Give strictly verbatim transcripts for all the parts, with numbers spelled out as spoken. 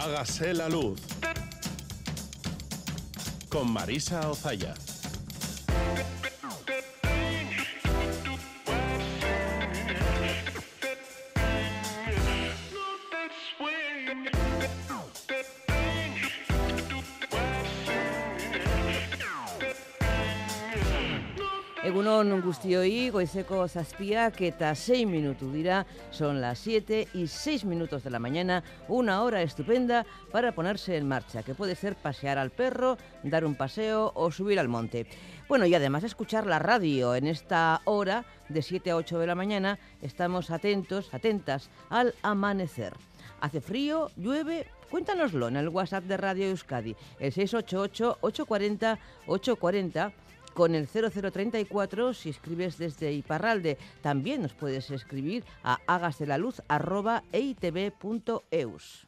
Hágase la luz. Con Marisa Ozaya. Egunon guztioi, goizeko zazpiak eta seis minutos dirá, son las siete y seis minutos de la mañana, una hora estupenda para ponerse en marcha, que puede ser pasear al perro, dar un paseo o subir al monte. Bueno, y además escuchar la radio. En esta hora, de siete a ocho de la mañana, estamos atentos, atentas al amanecer. ¿Hace frío? ¿Llueve? Cuéntanoslo en el WhatsApp de Radio Euskadi, el seis ocho ocho, ocho cuatro cero, ocho cuatro cero, con el cero cero treinta y cuatro si escribes desde Iparralde. También nos puedes escribir a hágaselaluz arroba eitv punto eus.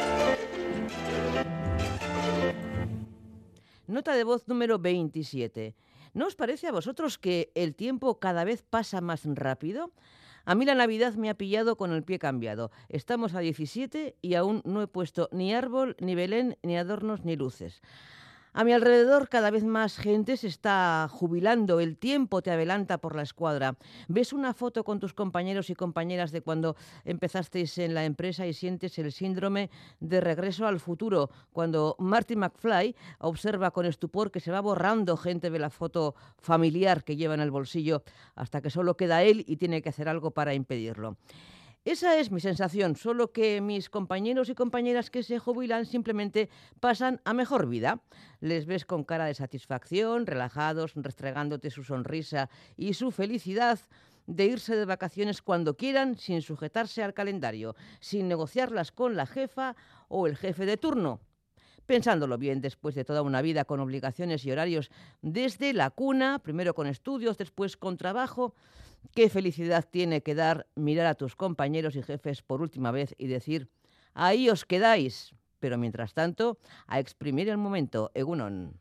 Nota de voz número veintisiete. ¿No os parece a vosotros que el tiempo cada vez pasa más rápido? A mí la Navidad me ha pillado con el pie cambiado. Estamos a diecisiete y aún no he puesto ni árbol, ni Belén, ni adornos, ni luces. A mi alrededor cada vez más gente se está jubilando, el tiempo te adelanta por la escuadra. Ves una foto con tus compañeros y compañeras de cuando empezasteis en la empresa y sientes el síndrome de regreso al futuro, cuando Marty McFly observa con estupor que se va borrando gente de la foto familiar que lleva en el bolsillo hasta que solo queda él y tiene que hacer algo para impedirlo. Esa es mi sensación, solo que mis compañeros y compañeras que se jubilan simplemente pasan a mejor vida. Les ves con cara de satisfacción, relajados, restregándote su sonrisa y su felicidad de irse de vacaciones cuando quieran sin sujetarse al calendario, sin negociarlas con la jefa o el jefe de turno. Pensándolo bien, después de toda una vida con obligaciones y horarios desde la cuna, primero con estudios, después con trabajo, qué felicidad tiene que dar mirar a tus compañeros y jefes por última vez y decir, ahí os quedáis, pero mientras tanto, a exprimir el momento, egunon.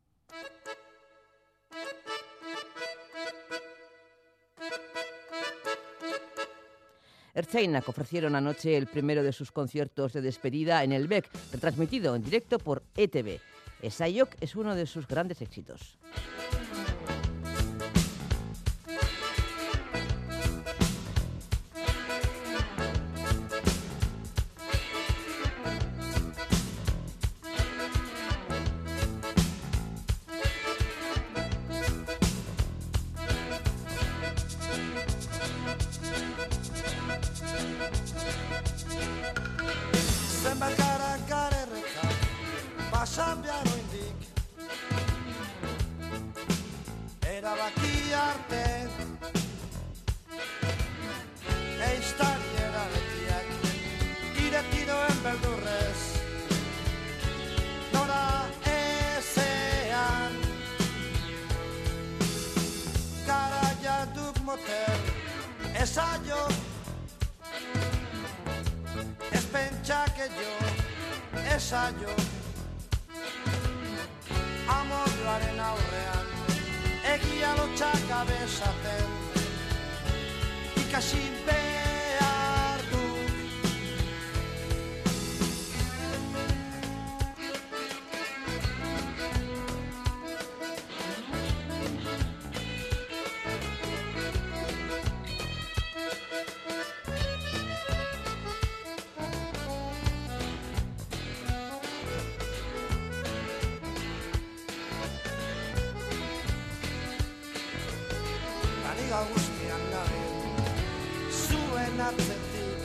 Ertzainak ofrecieron anoche el primero de sus conciertos de despedida en el B E C, retransmitido en directo por E T V. Esaiok es uno de sus grandes éxitos. Guztian gabe, zuen atzetik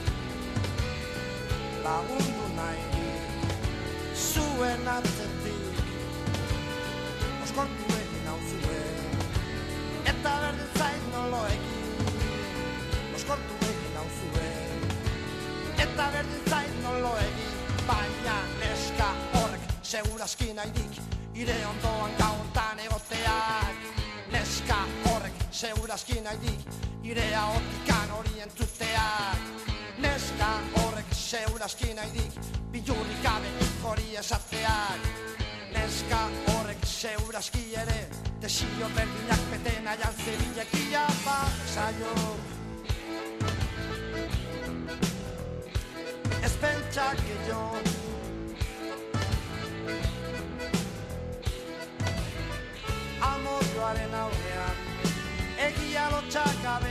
lagundu nahi, zuen atzetik oskortu egin hau zuen, eta berdin zait nolo egin, oskortu egin hau zuen, eta berdin zait nolo egin, baina neska horrek segurazki nahi dik, ire ondoan gauntan egoteak, neska horrek segurazki nahi dik, irea hortikan hori entzuteak. Neska horrek segurazki nahi dik, bilurrik gabe hori esateak. Neska horrek segurazki ere, desio berdinak bete nahian zebilekia bat zaio. Ez pentsak gehiago,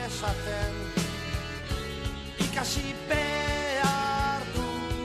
esaten ikasi behar du.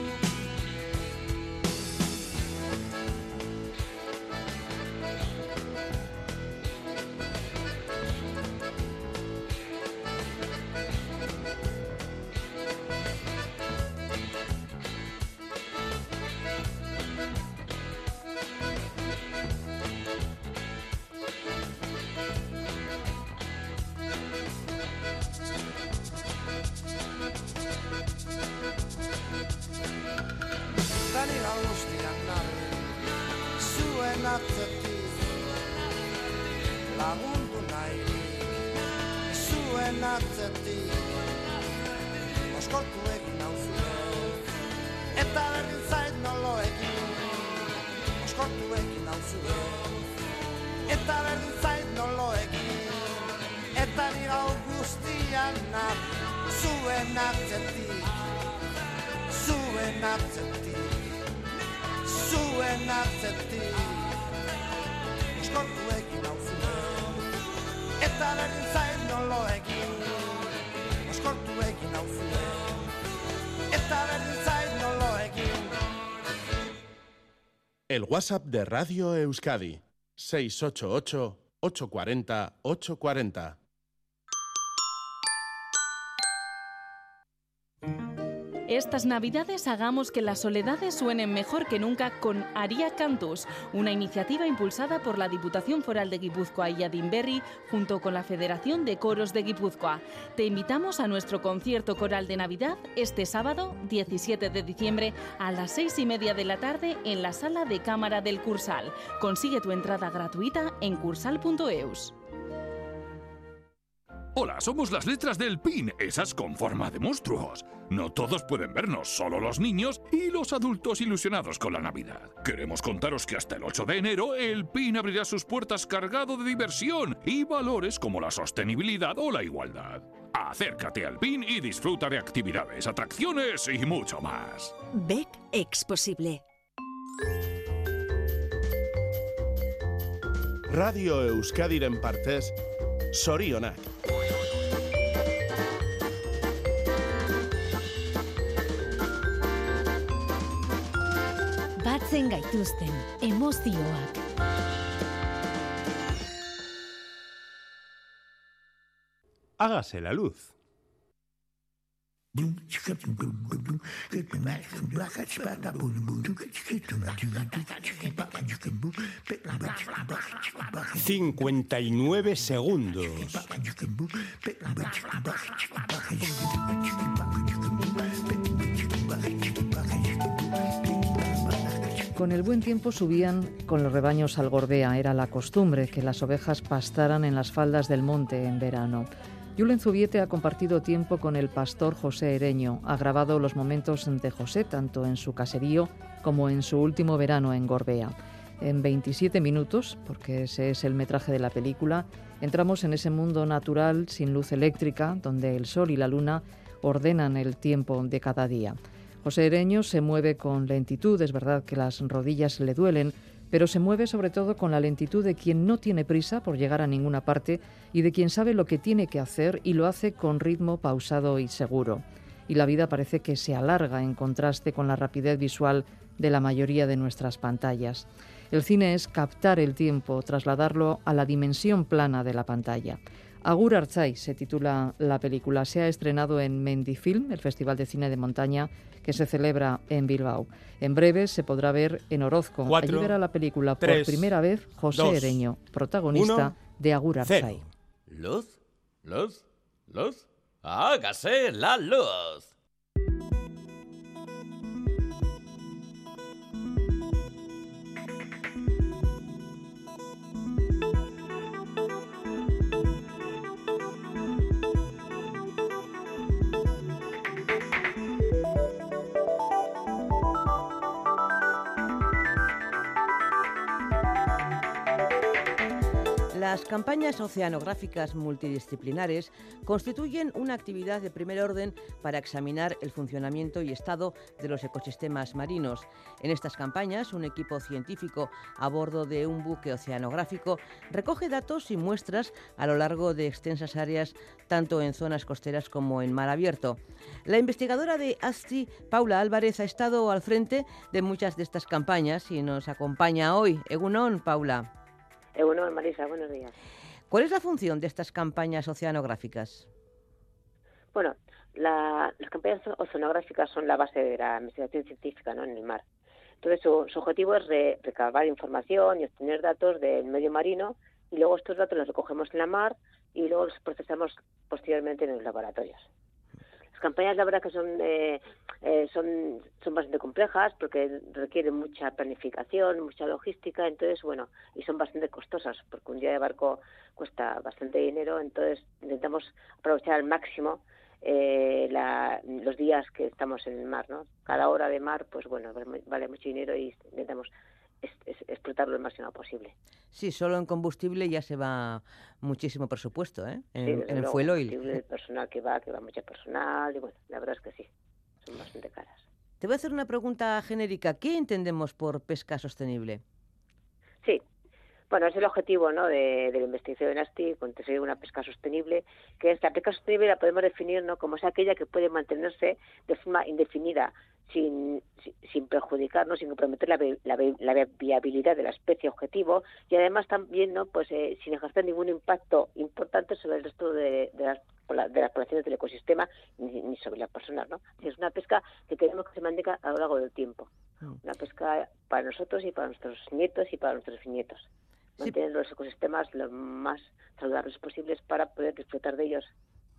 Dani gaustian nabe, zuen atzetik lagundu nahirik, zuen atzetik oskortu egin nauzue, eta berdin zait nolo egin, oskortu egin nauzue, eta berdin zait nolo egin, eta nire hau guztian nabe, zuen atzetik, zuen atzetik. Zuen atzetik oskortu egin nauzue, eta berdin zait nolo egin, oskortu egin nauzue, eta berdin zait nolo egin. El WhatsApp de Radio Euskadi, seis ocho ocho, ocho cuatro cero, ocho cuatro cero. Estas Navidades hagamos que las soledades suenen mejor que nunca con Aria Cantus, una iniciativa impulsada por la Diputación Foral de Guipúzcoa y Adinberri junto con la Federación de Coros de Guipúzcoa. Te invitamos a nuestro concierto coral de Navidad este sábado, diecisiete de diciembre, a las seis y media de la tarde en la Sala de Cámara del Cursal. Consigue tu entrada gratuita en cursal punto eus. Hola, somos las letras del P I N, esas con forma de monstruos. No todos pueden vernos, solo los niños y los adultos ilusionados con la Navidad. Queremos contaros que hasta el ocho de enero el P I N abrirá sus puertas cargado de diversión y valores como la sostenibilidad o la igualdad. Acércate al P I N y disfruta de actividades, atracciones y mucho más. B E C Exposible. Radio Euskadiren partez, zorionak. Batzen gaituzten emozioak. Hágase la luz. Cincuenta y nueve segundos. Con el buen tiempo subían con los rebaños al Gorbea. Era la costumbre que las ovejas pastaran en las faldas del monte en verano. Julen Zubiete ha compartido tiempo con el pastor José Ereño. Ha grabado los momentos de José tanto en su caserío como en su último verano en Gorbea. En veintisiete minutos, porque ese es el metraje de la película, entramos en ese mundo natural sin luz eléctrica, donde el sol y la luna ordenan el tiempo de cada día. José Ereño se mueve con lentitud, es verdad que las rodillas le duelen, pero se mueve sobre todo con la lentitud de quien no tiene prisa por llegar a ninguna parte y de quien sabe lo que tiene que hacer y lo hace con ritmo pausado y seguro. Y la vida parece que se alarga en contraste con la rapidez visual de la mayoría de nuestras pantallas. El cine es captar el tiempo, trasladarlo a la dimensión plana de la pantalla. Agur Artzai se titula la película. Se ha estrenado en Mendifilm, el Festival de Cine de Montaña que se celebra en Bilbao. En breve se podrá ver en Orozco. Cuatro, Allí verá la película tres, por primera vez José dos, Ereño, protagonista uno, de Agur Artzai. cero. Luz, luz, luz. Hágase la luz. La Las campañas oceanográficas multidisciplinares constituyen una actividad de primer orden para examinar el funcionamiento y estado de los ecosistemas marinos. En estas campañas, un equipo científico a bordo de un buque oceanográfico recoge datos y muestras a lo largo de extensas áreas, tanto en zonas costeras como en mar abierto. La investigadora de ASTI, Paula Álvarez, ha estado al frente de muchas de estas campañas y nos acompaña hoy. Egunon, Paula. Egunon, Marisa, buenos días. ¿Cuál es la función de estas campañas oceanográficas? Bueno, la, las campañas oceanográficas son la base de la investigación científica, ¿no?, en el mar. Entonces, su, su objetivo es re, recabar información y obtener datos del medio marino, y luego estos datos los recogemos en la mar y luego los procesamos posteriormente en los laboratorios. Las campañas, la verdad, que son eh, eh, son son bastante complejas porque requieren mucha planificación, mucha logística, entonces, bueno, y son bastante costosas porque un día de barco cuesta bastante dinero, entonces intentamos aprovechar al máximo eh, la, los días que estamos en el mar, ¿no? Cada hora de mar, pues bueno, vale mucho dinero y intentamos es, es, explotarlo el máximo posible. Sí, solo en combustible ya se va muchísimo presupuesto, ¿eh? En, sí, en el luego, fuel oil. El personal que va, que va mucho personal, y bueno, la verdad es que sí, son bastante caras. Te voy a hacer una pregunta genérica. ¿Qué entendemos por pesca sostenible? Sí, bueno, es el objetivo, ¿no?, de, de la investigación de ASTI, conseguir una pesca sostenible, que esta pesca sostenible la podemos definir, ¿no?, como es aquella que puede mantenerse de forma indefinida, sin, sin, sin perjudicar, ¿no?, sin comprometer la, la, la viabilidad de la especie objetivo, y además también, ¿no?, pues eh, sin ejercer ningún impacto importante sobre el resto de, de las de las poblaciones del ecosistema ni, ni sobre las personas, ¿no? Es una pesca que queremos que se mantenga a lo largo del tiempo. Mm. Una pesca para nosotros y para nuestros nietos y para nuestros bisnietos. Sí. Mantener los ecosistemas lo más saludables posibles para poder disfrutar de ellos.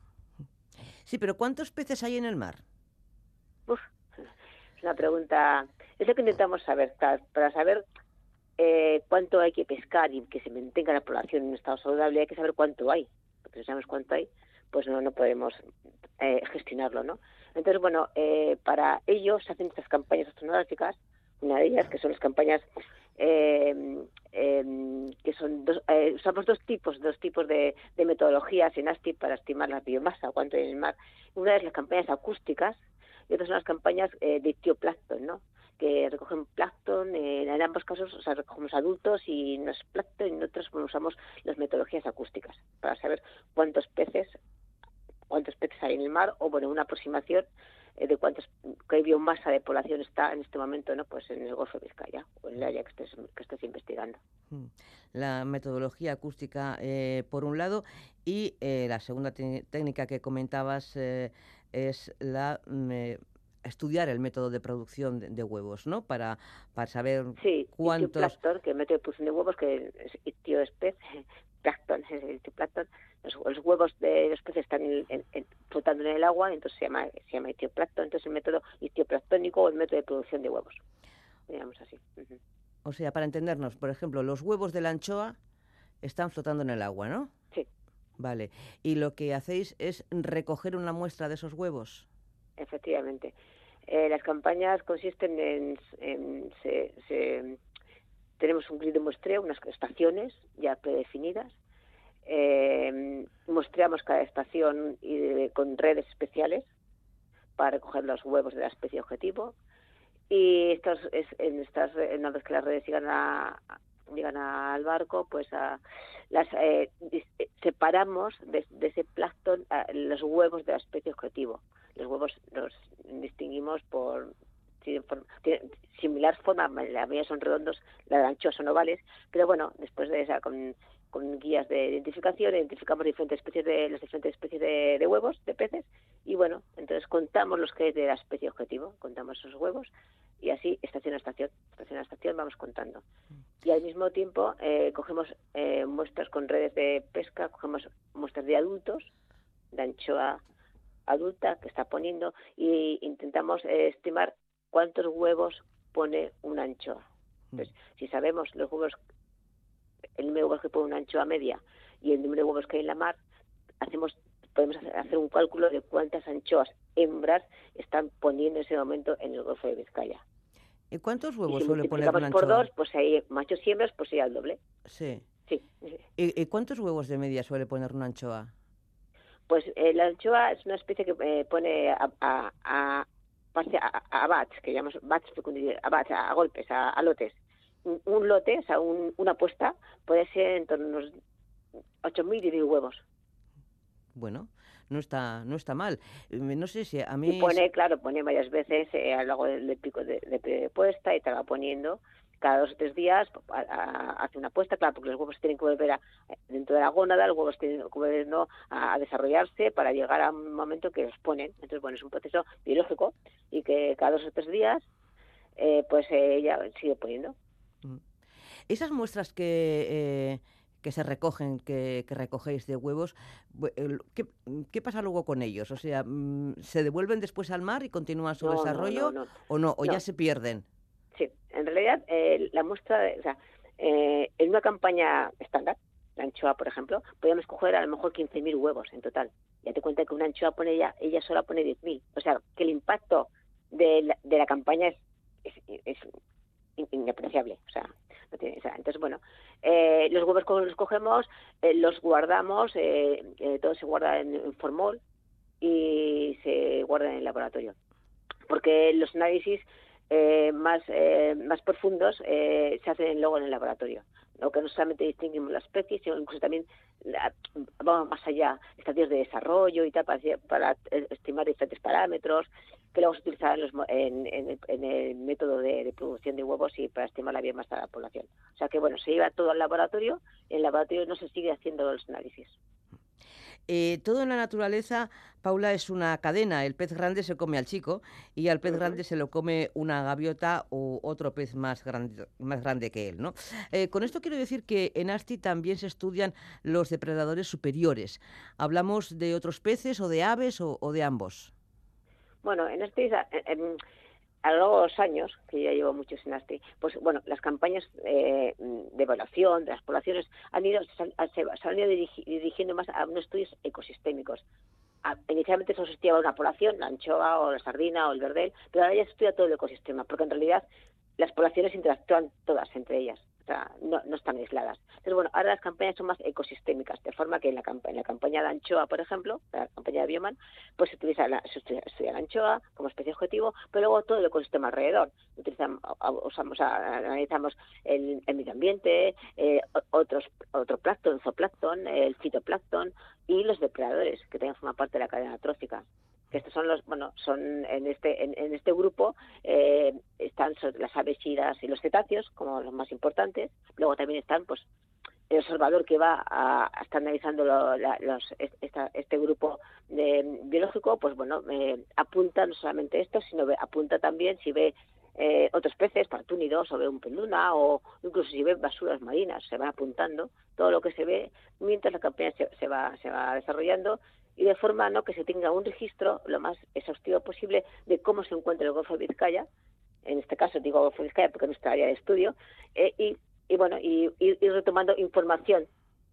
Sí, pero ¿cuántos peces hay en el mar? Uf, es una pregunta... Es lo que intentamos saber. Para, para saber eh, cuánto hay que pescar y que se mantenga la población en un estado saludable, hay que saber cuánto hay. Porque si sabemos cuánto hay, pues no, no podemos eh, gestionarlo, ¿no? Entonces, bueno, eh, para ello se hacen estas campañas oceanográficas, una de ellas que son las campañas eh, eh, que son dos, eh, usamos dos tipos, dos tipos de, de metodologías en ASTI para estimar la biomasa, cuánto hay en el mar. Una es las campañas acústicas y otras son las campañas eh, de ictioplancton, ¿no?, que recogen plancton, eh, en ambos casos, o sea, recogemos adultos y no es plancton, y en otros, bueno, usamos las metodologías acústicas para saber cuántos peces cuántos peces hay en el mar, o bueno, una aproximación eh, de cuántos, qué biomasa de población está en este momento, ¿no?, pues en el Golfo de Vizcaya o en el área que estés, que estés investigando. La metodología acústica, eh, por un lado, y eh, la segunda te- técnica que comentabas eh, es la eh, estudiar el método de producción de, de huevos, ¿no?, para, para saber sí, cuántos... ictioplancton, que el método de producción de huevos, que es ictio es pez, plancton es el ictioplancton. Los, los huevos de los peces están en, en, en, flotando en el agua, entonces se llama se llama ictioplancton, entonces el método ictioplanctónico o el método de producción de huevos, digamos así. Uh-huh. O sea, para entendernos, por ejemplo, los huevos de la anchoa están flotando en el agua, ¿no? Sí. Vale. Y lo que hacéis es recoger una muestra de esos huevos. Efectivamente. Eh, las campañas consisten en... en se, se, tenemos un grid de muestreo, unas estaciones ya predefinidas. Eh, muestreamos cada estación y de, con redes especiales para recoger los huevos de la especie objetivo, y estas es, en estas una vez que las redes llegan a llegan al barco, pues a, las eh, separamos de, de ese plancton a, los huevos de la especie objetivo. Los huevos los distinguimos por tienen, forma, tienen similar forma, la mayoría son redondos, las anchoas son ovales, pero bueno, después de esa con con guías de identificación, identificamos diferentes especies de las diferentes especies de, de huevos, de peces, y bueno, entonces contamos los que es de la especie objetivo, contamos esos huevos, y así, estación a estación, estación a estación, vamos contando. Y al mismo tiempo, eh, cogemos eh, muestras con redes de pesca, cogemos muestras de adultos, de anchoa adulta que está poniendo, y intentamos eh, estimar cuántos huevos pone una anchoa. Entonces, si sabemos los huevos, el número de huevos que pone una anchoa media y el número de huevos que hay en la mar, hacemos podemos hacer un cálculo de cuántas anchoas hembras están poniendo en ese momento en el Golfo de Vizcaya. ¿Y cuántos huevos y si suele poner una anchoa? por dos, pues si hay machos y hembras, pues sería el doble. Sí. Sí. ¿Y, y cuántos huevos de media suele poner una anchoa? Pues eh, la anchoa es una especie que eh, pone a, a, a, a, a batch, que llamamos batch, a, batch, a golpes, a, a lotes. Un, un lote, o sea, un, una puesta, puede ser en torno a unos ocho mil, diez mil huevos. Bueno, no está no está mal. No sé si a mí... Y pone, claro, pone varias veces eh, a lo largo del, del pico de, de, de puesta y te va poniendo... Cada dos o tres días a, a, hace una puesta, claro, porque los huevos tienen que volver a, dentro de la gónada, los huevos tienen que volver, ¿no?, a, a desarrollarse para llegar a un momento que los ponen. Entonces, bueno, es un proceso biológico y que cada dos o tres días, eh, pues eh, ella sigue poniendo. Esas muestras que... Eh... que se recogen, que, que recogéis de huevos, ¿qué, ¿qué pasa luego con ellos? O sea, ¿se devuelven después al mar y continúan su no, desarrollo? No, no, no. ¿O no? ¿O no. ya se pierden? Sí, en realidad eh, la muestra, de, o sea, eh, en una campaña estándar, la anchoa, por ejemplo, podríamos coger a lo mejor quince mil huevos en total. Ya te cuenta que una anchoa pone ella, ella sola pone diez mil. O sea, que el impacto de la, de la campaña es, es, es inapreciable. O sea, no tiene, o sea, entonces, bueno, eh, los huevos los cogemos, eh, los guardamos, eh, eh, todo se guarda en, en formol y se guarda en el laboratorio. Porque los análisis Eh, más eh, más profundos eh, se hacen luego en el laboratorio, lo que no solamente distinguimos las especies, sino incluso también la, vamos más allá, estadios de desarrollo y tal, para, para estimar diferentes parámetros que luego se utilizan en, los, en, en, en el método de, de producción de huevos y para estimar la biomasa de la población. O sea que, bueno, se lleva todo al laboratorio y en el laboratorio no se sigue haciendo los análisis. Eh, todo en la naturaleza, Paula, es una cadena. El pez grande se come al chico y al pez uh-huh. grande se lo come una gaviota o otro pez más grande, más grande que él, ¿no? Eh, con esto quiero decir que en ASTI también se estudian los depredadores superiores. ¿Hablamos de otros peces o de aves o, o de ambos? Bueno, en ASTI... En, a lo largo de los años, que ya llevo muchos en ASTI, pues bueno, las campañas eh, de evaluación de las poblaciones han ido, se, han, se han ido dirigi, dirigiendo más a unos estudios ecosistémicos. A, inicialmente solo se estudiaba una población, la anchoa o la sardina o el verdel, pero ahora ya se estudia todo el ecosistema, porque en realidad las poblaciones interactúan todas entre ellas. O sea, no, no están aisladas. Entonces, bueno, ahora las campañas son más ecosistémicas, de forma que en la, campa en la campaña de anchoa, por ejemplo, la campaña de Bioman, pues se utiliza la, se estudia, estudia la anchoa como especie objetivo, pero luego todo el ecosistema alrededor. Utilizamos, usamos, analizamos el, el medio ambiente, eh, otros, otro plancton, zooplancton, el fitoplancton y los depredadores, que también forman parte de la cadena trófica. Que estos son los, bueno, son en este en, en este grupo eh, están las aves chidas y los cetáceos como los más importantes. Luego también están, pues, el observador que va a, a estar analizando lo, la, los, esta, este grupo de, biológico, pues bueno, eh, apunta no solamente esto, sino ve, apunta también si ve eh, otros peces, partúnidos, o ve un penduna, o incluso si ve basuras marinas, se va apuntando todo lo que se ve mientras la campaña se, se va se va desarrollando. Y de forma no que se tenga un registro lo más exhaustivo posible de cómo se encuentra el Golfo de Vizcaya, en este caso digo Golfo de Vizcaya porque es nuestra área de estudio, eh, y, y bueno, y ir retomando información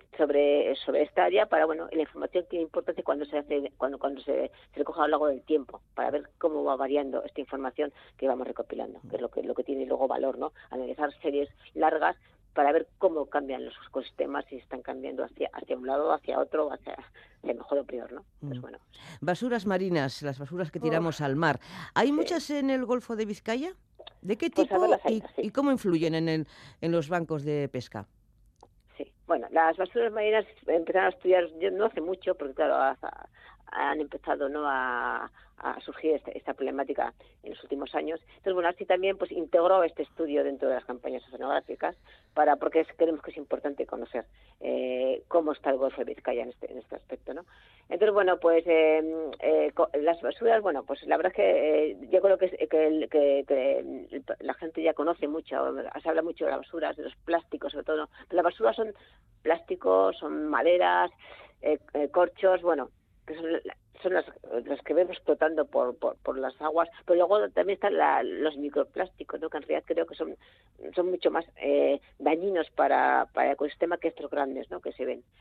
sobre sobre esta área para, bueno, la información tiene importancia cuando se hace cuando cuando se, se recoge a lo largo del tiempo, para ver cómo va variando esta información que vamos recopilando, que es lo que lo que tiene luego valor, ¿no? Analizar series largas para ver cómo cambian los ecosistemas, si están cambiando hacia hacia un lado, hacia otro, hacia, hacia mejor o peor, ¿no? Pues bueno. Basuras marinas, las basuras que tiramos oh, al mar. ¿Hay sí. muchas en el Golfo de Vizcaya? ¿De qué tipo pues hay, y, sí. y cómo influyen en el en los bancos de pesca? Sí, bueno, las basuras marinas empezaron a estudiar no hace mucho, porque claro, hasta, han empezado, ¿no?, a, a surgir esta, esta problemática en los últimos años. Entonces, bueno, ASTI también pues integró este estudio dentro de las campañas oceanográficas, para porque es, creemos que es importante conocer eh, cómo está el Golfo de Vizcaya en este, en este aspecto, ¿no? Entonces, bueno, pues eh, eh, las basuras, bueno, pues la verdad es que eh, yo creo que, que, que, que la gente ya conoce mucho, se habla mucho de las basuras, de los plásticos sobre todo, pero las basuras son plásticos, son maderas, eh, eh, corchos, bueno, que son, son las, las que vemos flotando por, por, por las aguas, pero luego también están la, los microplásticos, ¿no?, que en realidad creo que son, son mucho más eh, dañinos para, para el ecosistema que estos grandes, ¿no?, que se ven.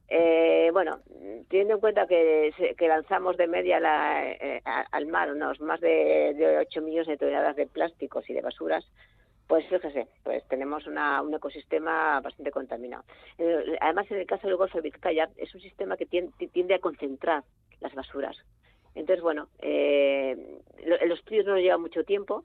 Eh, bueno, teniendo en cuenta que, se, que lanzamos de media la, eh, al mar unos más de, de ocho millones de toneladas de plásticos y de basuras, Pues fíjese, pues tenemos una, un ecosistema bastante contaminado. Eh, además, en el caso del Golfo de Vizcaya, es un sistema que tiende, tiende a concentrar las basuras. Entonces, bueno, eh, el estudio no nos lleva mucho tiempo,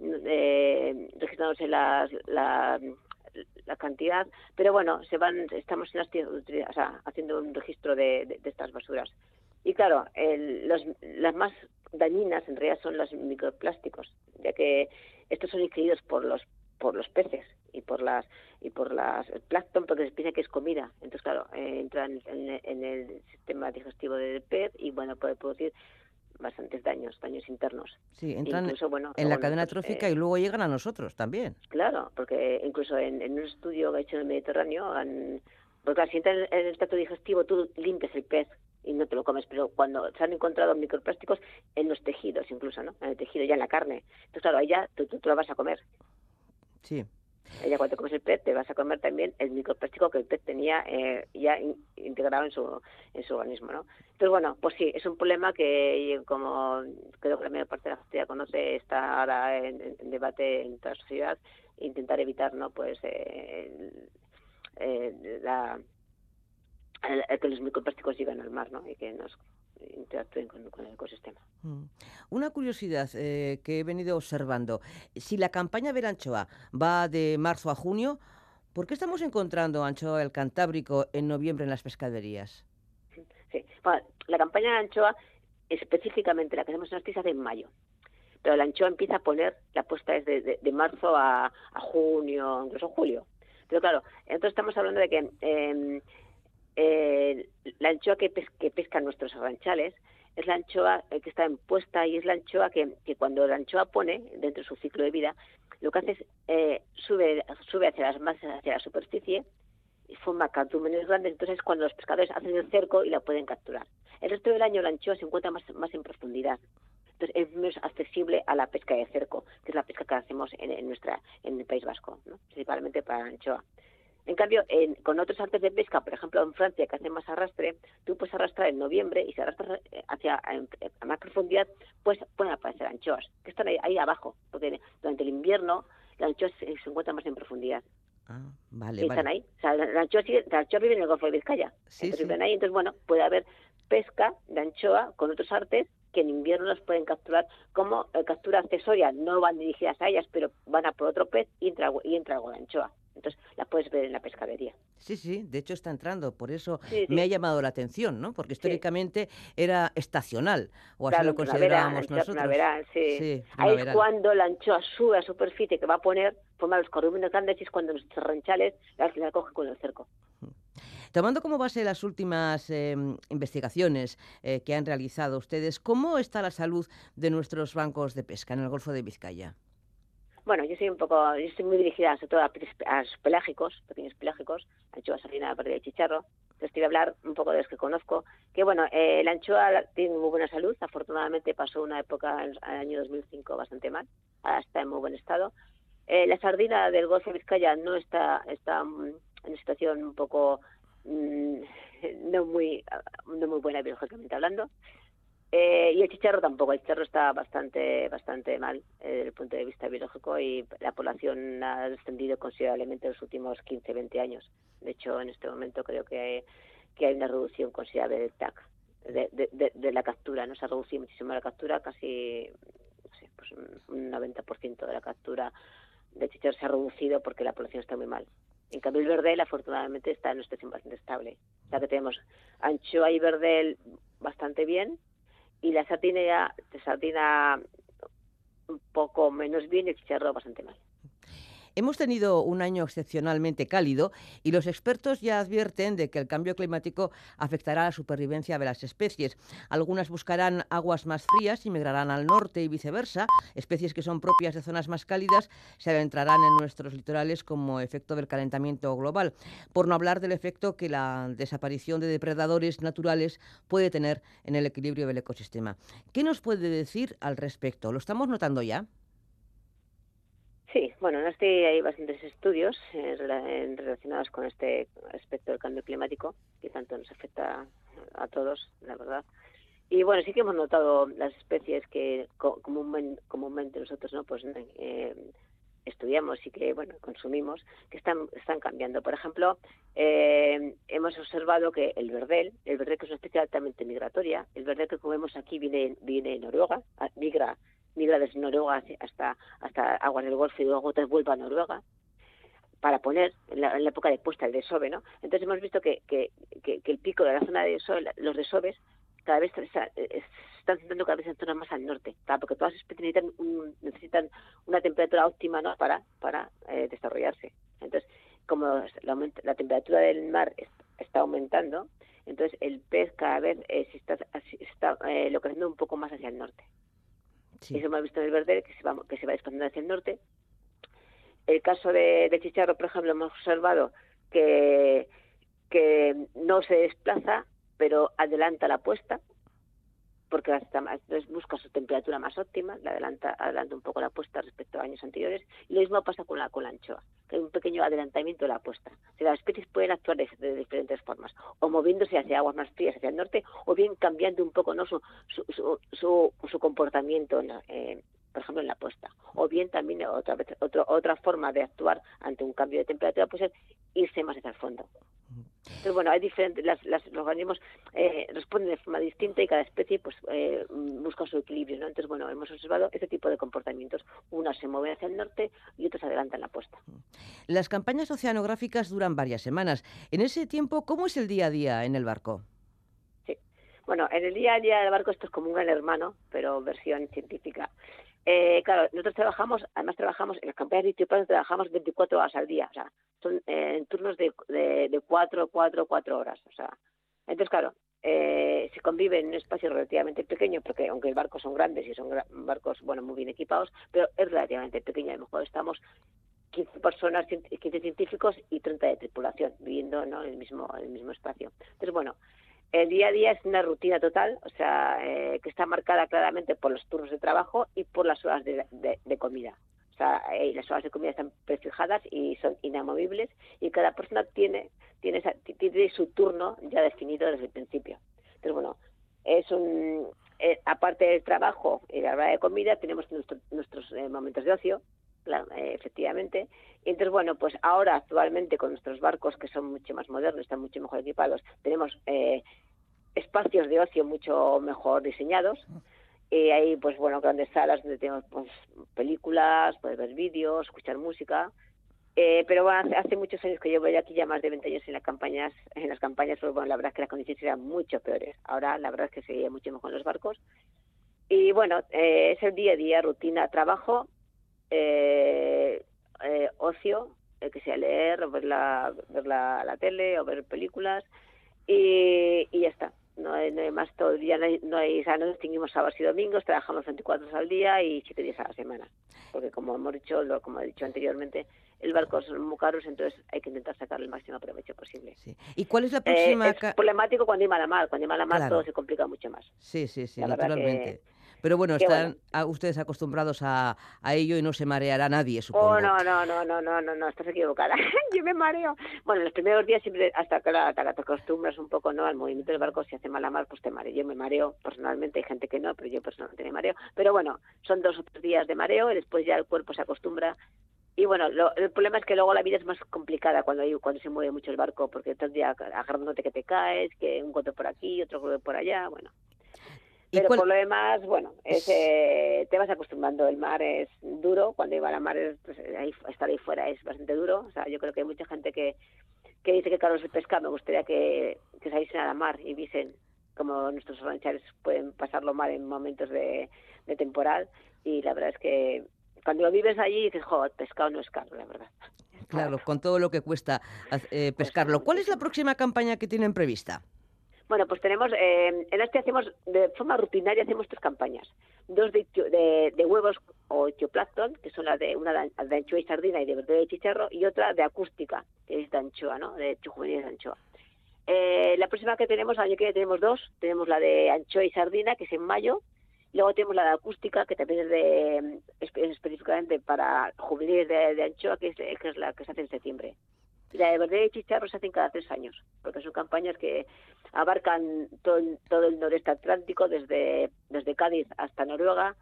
eh, registrándose las, la, la cantidad, pero bueno, se van, estamos en las, o sea, haciendo un registro de, de, de estas basuras. Y claro, el, los, las más dañinas en realidad son los microplásticos, ya que estos son ingeridos por los por los peces y por las y por las el plancton, porque se piensa que es comida. Entonces, claro, eh, entran en, en el sistema digestivo del pez y bueno, puede producir bastantes daños, daños internos. Sí, entran incluso, bueno, en la bueno, cadena pues, trófica eh, y luego llegan a nosotros también. Claro, porque incluso en, en un estudio que he hecho en el Mediterráneo, han, porque claro, si entra en, en el tracto digestivo, tú limpias el pez y no te lo comes, pero cuando se han encontrado microplásticos en los tejidos incluso, ¿no? En el tejido, ya en la carne. Entonces, claro, ahí ya tú, tú, tú lo vas a comer. Sí. Ya cuando te comes el pez te vas a comer también el microplástico que el pez tenía eh, ya in, integrado en su en su organismo, ¿no? Entonces, bueno, pues sí, es un problema que, como creo que la mayor parte de la sociedad conoce, está ahora en, en, en debate en toda la sociedad, intentar evitar, ¿no? Pues eh, eh, la el, el que los microplásticos lleguen al mar, ¿no? Y que nos interactúen con, con el ecosistema. Mm. Una curiosidad eh, que he venido observando. Si la campaña Beranchoa va de marzo a junio, ¿por qué estamos encontrando anchoa del Cantábrico en noviembre en las pescaderías? Sí, bueno, la campaña de anchoa, específicamente la que hacemos en Asturias, se hace en mayo. Pero la anchoa empieza a poner, la puesta es de, de, de marzo a, a junio, incluso julio. Pero claro, entonces estamos hablando de que eh, eh, la anchoa que, pes, que pescan nuestros arranchales es la anchoa que está en puesta y es la anchoa que, que cuando la anchoa pone, dentro de su ciclo de vida, lo que hace es eh, sube, sube hacia las masas, hacia la superficie, y forma cardúmenes grandes, entonces es cuando los pescadores hacen el cerco y la pueden capturar. El resto del año la anchoa se encuentra más, más en profundidad. Entonces es menos accesible a la pesca de cerco, que es la pesca que hacemos en, en nuestra en el País Vasco, ¿no? Principalmente para la anchoa. En cambio, en, con otros artes de pesca, por ejemplo en Francia, que hacen más arrastre, tú puedes arrastrar en noviembre y si arrastras hacia a, a más profundidad, pues pueden aparecer anchoas, que están ahí, ahí abajo, porque durante el invierno la anchoa se, se encuentra más en profundidad. Ah, vale, y están vale. ahí. O sea, la, la, anchoa, la anchoa vive en el Golfo de Vizcaya. Sí, entonces sí. viven ahí. Entonces, bueno, puede haber pesca de anchoa con otros artes que en invierno los pueden capturar como eh, captura accesoria. No van dirigidas a ellas, pero van a por otro pez y entra, y entra algo de anchoa. Entonces, la puedes ver en la pescadería. Sí, sí, de hecho está entrando, por eso sí, sí. me ha llamado la atención, ¿no? Porque históricamente sí. era estacional, o así claro, lo considerábamos primavera, nosotros. Primavera, sí. sí Ahí es cuando la anchoa sube a superficie que va a poner, forma los cardúmenes grandes y es cuando nuestros ranchales la, la cogen con el cerco. Tomando como base las últimas eh, investigaciones eh, que han realizado ustedes, ¿cómo está la salud de nuestros bancos de pesca en el Golfo de Vizcaya? Bueno, yo soy un poco, yo estoy muy dirigida sobre todo a, a los pelágicos, pequeños pelágicos, anchoa, sardina, perdida y chicharro. Entonces te voy a hablar un poco de los que conozco. Que bueno, eh, la anchoa tiene muy buena salud, afortunadamente pasó una época en el año dos mil cinco bastante mal, ahora está en muy buen estado. Eh, la sardina del Golfo de Vizcaya no está, está en una situación un poco mmm, no muy no muy buena biológicamente hablando. Eh, y el chicharro tampoco, el chicharro está bastante bastante mal eh, desde el punto de vista biológico y la población ha descendido considerablemente en los últimos quince, veinte años. De hecho, en este momento creo que, que hay una reducción considerable del T A C, de, de, de, de la captura, ¿no? Se ha reducido muchísimo la captura, casi no sé, pues un noventa por ciento de la captura de chicharro se ha reducido porque la población está muy mal. En cambio, el verdel, afortunadamente, está en una situación bastante estable. O sea que tenemos anchoa y verdel bastante bien, y la sardina, la sardina un poco menos bien y el chicharro bastante mal. Hemos tenido un año excepcionalmente cálido y los expertos ya advierten de que el cambio climático afectará a la supervivencia de las especies. Algunas buscarán aguas más frías y migrarán al norte y viceversa. Especies que son propias de zonas más cálidas se adentrarán en nuestros litorales como efecto del calentamiento global, por no hablar del efecto que la desaparición de depredadores naturales puede tener en el equilibrio del ecosistema. ¿Qué nos puede decir al respecto? ¿Lo estamos notando ya? Sí, bueno, en este hay bastantes estudios eh, relacionados con este aspecto del cambio climático, que tanto nos afecta a todos, la verdad. Y bueno, sí que hemos notado las especies que comúnmente, comúnmente nosotros no pues eh, estudiamos y que bueno consumimos, que están están cambiando. Por ejemplo, eh, hemos observado que el verdel, el verdel que es una especie altamente migratoria, el verdel que comemos aquí viene viene de Noruega, migra migra desde Noruega hasta hasta aguas del Golfo y luego te vuelve a Noruega para poner en la, en la época de puesta el desove, ¿no? Entonces hemos visto que, que, que, que el pico de la zona de desove, los desoves cada vez se están centrando cada vez en zonas más al norte, claro, porque todas las especies necesitan, un, necesitan una temperatura óptima, ¿no? para para eh, desarrollarse. Entonces, como la, la temperatura del mar está aumentando, entonces el pez cada vez eh, se está, se está eh, localizando un poco más hacia el norte. Sí. Eso hemos visto en el verdel, que se va, que se va expandiendo hacia el norte. El caso de, de chicharro, por ejemplo, hemos observado que, que no se desplaza, pero adelanta la puesta, porque entonces busca su temperatura más óptima, la adelanta, adelanta un poco la puesta respecto a años anteriores, y lo mismo pasa con la, con la anchoa, que hay un pequeño adelantamiento de la puesta. O sea, las especies pueden actuar de, de diferentes formas, o moviéndose hacia aguas más frías, hacia el norte, o bien cambiando un poco, ¿no?, su, su, su, su, su comportamiento en la, eh, por ejemplo, en la puesta. O bien también otra vez, otro, otra forma de actuar ante un cambio de temperatura puede ser irse más hacia el fondo. Entonces, bueno, hay diferentes, las, las, los organismos eh, responden de forma distinta y cada especie pues eh, busca su equilibrio, ¿no? Entonces, bueno, hemos observado este tipo de comportamientos. Unas se mueven hacia el norte y otras adelantan la puesta. Las campañas oceanográficas duran varias semanas. En ese tiempo, ¿cómo es el día a día en el barco? Sí, bueno, en el día a día del barco esto es como un gran hermano, pero versión científica. Eh, claro, nosotros trabajamos, además trabajamos, en las campañas de ictioplancton trabajamos veinticuatro horas al día, o sea, son eh, en turnos de, de, de cuatro, cuatro, cuatro horas, o sea, entonces claro, eh, se convive en un espacio relativamente pequeño, porque aunque los barcos son grandes y son gra- barcos, bueno, muy bien equipados, pero es relativamente pequeño, a lo mejor estamos quince personas, quince científicos y treinta de tripulación, viviendo, ¿no?, en el mismo, en el mismo espacio. Entonces, bueno, el día a día es una rutina total, o sea, eh, que está marcada claramente por los turnos de trabajo y por las horas de, de, de comida. O sea, eh, las horas de comida están prefijadas y son inamovibles y cada persona tiene tiene, esa, tiene su turno ya definido desde el principio. Entonces, bueno, es un eh, aparte del trabajo y la hora de comida, tenemos nuestro, nuestros eh, momentos de ocio, claro, eh, efectivamente. Y entonces, bueno, pues ahora actualmente con nuestros barcos, que son mucho más modernos, están mucho mejor equipados, tenemos eh, espacios de ocio mucho mejor diseñados. Y hay, pues bueno, grandes salas donde tenemos pues, películas, poder ver vídeos, escuchar música. Eh, pero bueno, hace, hace muchos años que llevo ya aquí, ya más de veinte años en las campañas, en las campañas, pues bueno, la verdad es que las condiciones eran mucho peores. Ahora la verdad es que se veía mucho mejor en los barcos. Y bueno, eh, es el día a día, rutina, trabajo, eh, eh, ocio, eh, que sea leer, o ver la, ver la, la tele, o ver películas, y, y ya está. No hay, no hay más todo el día, no hay, no hay, o sea, no distinguimos sábados y domingos, trabajamos veinticuatro horas al día y siete días a la semana. Porque como hemos dicho, lo, como he dicho anteriormente, el barco son muy caros, entonces hay que intentar sacar el máximo provecho posible. Sí. ¿Y cuál es la próxima? Eh, es problemático cuando hay mala mar, cuando hay mala mar Claro. todo se complica mucho más. Sí, sí, sí, La verdad naturalmente. que- Pero bueno, que están bueno. a- ustedes acostumbrados a, a ello y no se mareará nadie, supongo. Oh, no, no, no, no, no, no, no, estás equivocada. Yo me mareo. Bueno, los primeros días siempre, hasta que, la, hasta que te acostumbras un poco, ¿no?, al movimiento del barco, si hace mala mar, pues te mareo. Yo me mareo personalmente, hay gente que no, pero yo personalmente me mareo. Pero bueno, son dos o tres días de mareo y después ya el cuerpo se acostumbra. Y bueno, lo, el problema es que luego la vida es más complicada cuando hay, cuando se mueve mucho el barco, porque todo el día agarrándote que te caes, que un golpe por aquí, otro golpe por allá, bueno. ¿Y Pero cuál- por lo demás, bueno, es, eh, te vas acostumbrando. El mar es duro, cuando iba a la mar, es, pues, ahí, estar ahí fuera es bastante duro. O sea, yo creo que hay mucha gente que, que dice que claro, se pesca. Me gustaría que, que saliesen a la mar y viesen como nuestros ranchares pueden pasarlo mal en momentos de, de temporal. Y la verdad es que cuando lo vives allí dices, jo, el pescado no es caro, la verdad. Claro, con todo lo que cuesta haz- eh, pescarlo. ¿Cuál es la próxima campaña que tienen prevista? Bueno, pues tenemos, eh, en este hacemos, de forma rutinaria, hacemos tres campañas. Dos de, ictio- de, de huevos o ictioplancton, que son las de una de, de anchoa y sardina y de verdura y chicharro, y otra de acústica, que es de anchoa, ¿no?, de juveniles de anchoa. Eh, la próxima que tenemos, el año que viene tenemos dos, tenemos la de anchoa y sardina, que es en mayo, luego tenemos la de acústica, que también es de espe- específicamente para juveniles de, de anchoa, que es, que es la que se hace en septiembre. Y la de verdura y chicharro se hacen cada tres años, porque son campañas que abarcan todo, el- todo el noreste atlántico, desde, desde Cádiz hasta Noruega,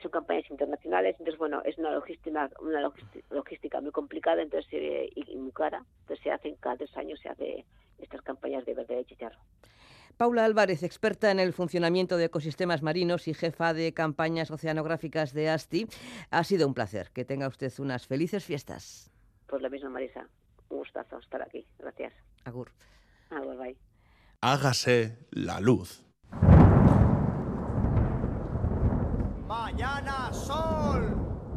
son campañas internacionales, entonces bueno, es una logística, una logística, logística muy complicada, entonces eh, y, y muy cara, entonces se hacen cada tres años se hace estas campañas de verde de chicharro. Paula Álvarez, experta en el funcionamiento de ecosistemas marinos y jefa de campañas oceanográficas de ASTI, ha sido un placer. Que tenga usted unas felices fiestas. Pues lo mismo, Marisa, un gustazo estar aquí, gracias. Agur. Agur, bye. Hágase la luz. Mañana sol,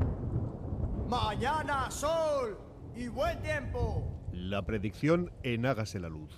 mañana sol y buen tiempo. La predicción en Hágase la luz.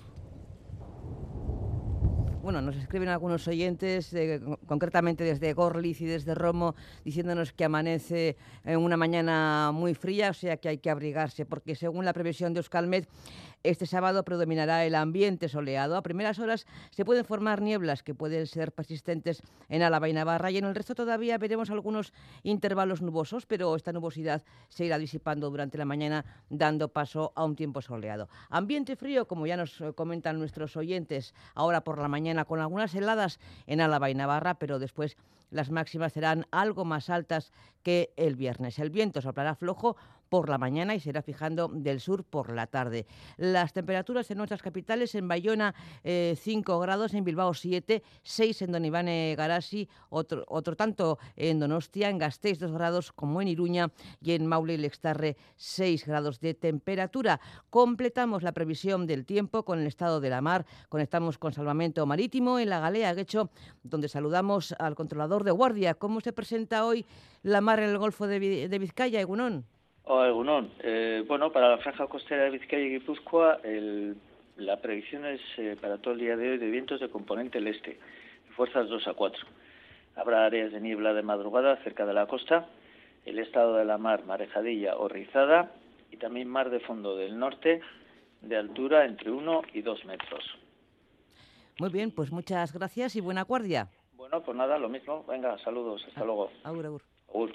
Bueno, nos escriben algunos oyentes, eh, concretamente desde Gorliz y desde Romo, diciéndonos que amanece en una mañana muy fría, o sea que hay que abrigarse, porque según la previsión de Euskalmet, este sábado predominará el ambiente soleado. A primeras horas se pueden formar nieblas que pueden ser persistentes en Álava y Navarra, y en el resto todavía veremos algunos intervalos nubosos, pero esta nubosidad se irá disipando durante la mañana, dando paso a un tiempo soleado. Ambiente frío, como ya nos comentan nuestros oyentes, ahora por la mañana con algunas heladas en Álava y Navarra, pero después las máximas serán algo más altas que el viernes. El viento soplará flojo por la mañana y se irá fijando del sur por la tarde. Las temperaturas en nuestras capitales: en Bayona eh, cinco grados, en Bilbao siete, seis en Donibane Garasi, otro, otro tanto en Donostia, en Gasteiz dos grados como en Iruña y en Maule y Lextarre seis grados de temperatura. Completamos la previsión del tiempo con el estado de la mar. Conectamos con Salvamento Marítimo en la Galea Guecho, donde saludamos al controlador de guardia. ¿Cómo se presenta hoy la mar en el Golfo de, de Vizcaya, Egunon? Oh, Egunon. Eh, bueno, para la franja costera de Vizcaya y Guipúzcoa, el, la predicción es eh, para todo el día de hoy de vientos de componente del este, fuerzas dos a cuatro. Habrá áreas de niebla de madrugada cerca de la costa, el estado de la mar marejadilla o rizada, y también mar de fondo del norte, de altura entre uno y dos metros. Muy bien, pues muchas gracias y buena guardia. Bueno, pues nada, lo mismo. Venga, saludos, hasta ah, luego. Agur, agur. Agur.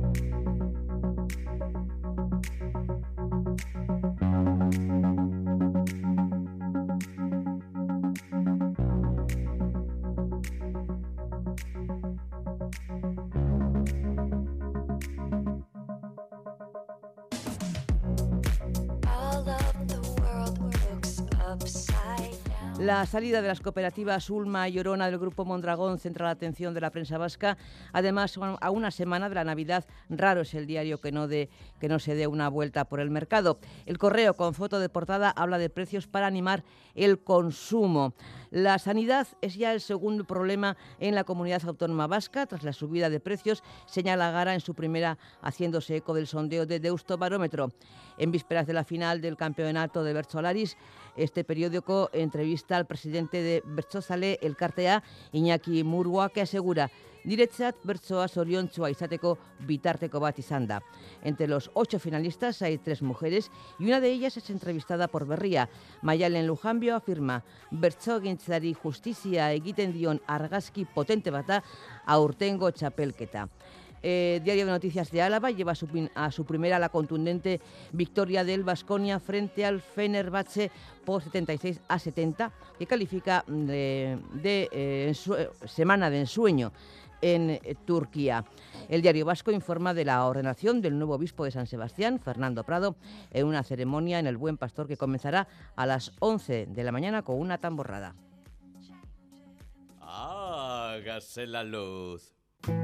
La salida de las cooperativas Ulma y Orona del Grupo Mondragón centra la atención de la prensa vasca. Además, a una semana de la Navidad, raro es el diario que no, de, que no se dé una vuelta por el mercado. El Correo, con foto de portada, habla de precios para animar el consumo. La sanidad es ya el segundo problema en la comunidad autónoma vasca. Tras la subida de precios, señala Gara en su primera, haciéndose eco del sondeo de Deusto Barómetro. En vísperas de la final del campeonato de Bertsolaris, este periódico entrevista al presidente de Bertsozale Elkartea, Iñaki Murua, que asegura: Niretzat bertsoa zoriontsua izateko bitarteko bat izan da. Entre los ocho finalistas hay tres mujeres y una de ellas es entrevistada por Berria. Maialen Lujambio afirma: bertsogintzari justizia egiten dion argazki potente bata aurtengo txapelketa. Eh, Diario de Noticias de Álava lleva a su, a su primera la contundente victoria del Baskonia frente al Fenerbahce por setenta y seis a setenta, que califica de, de eh, semana de ensueño en eh, Turquía. El Diario Vasco informa de la ordenación del nuevo obispo de San Sebastián, Fernando Prado, en una ceremonia en el Buen Pastor que comenzará a las once de la mañana con una tamborrada. Hágase la luz.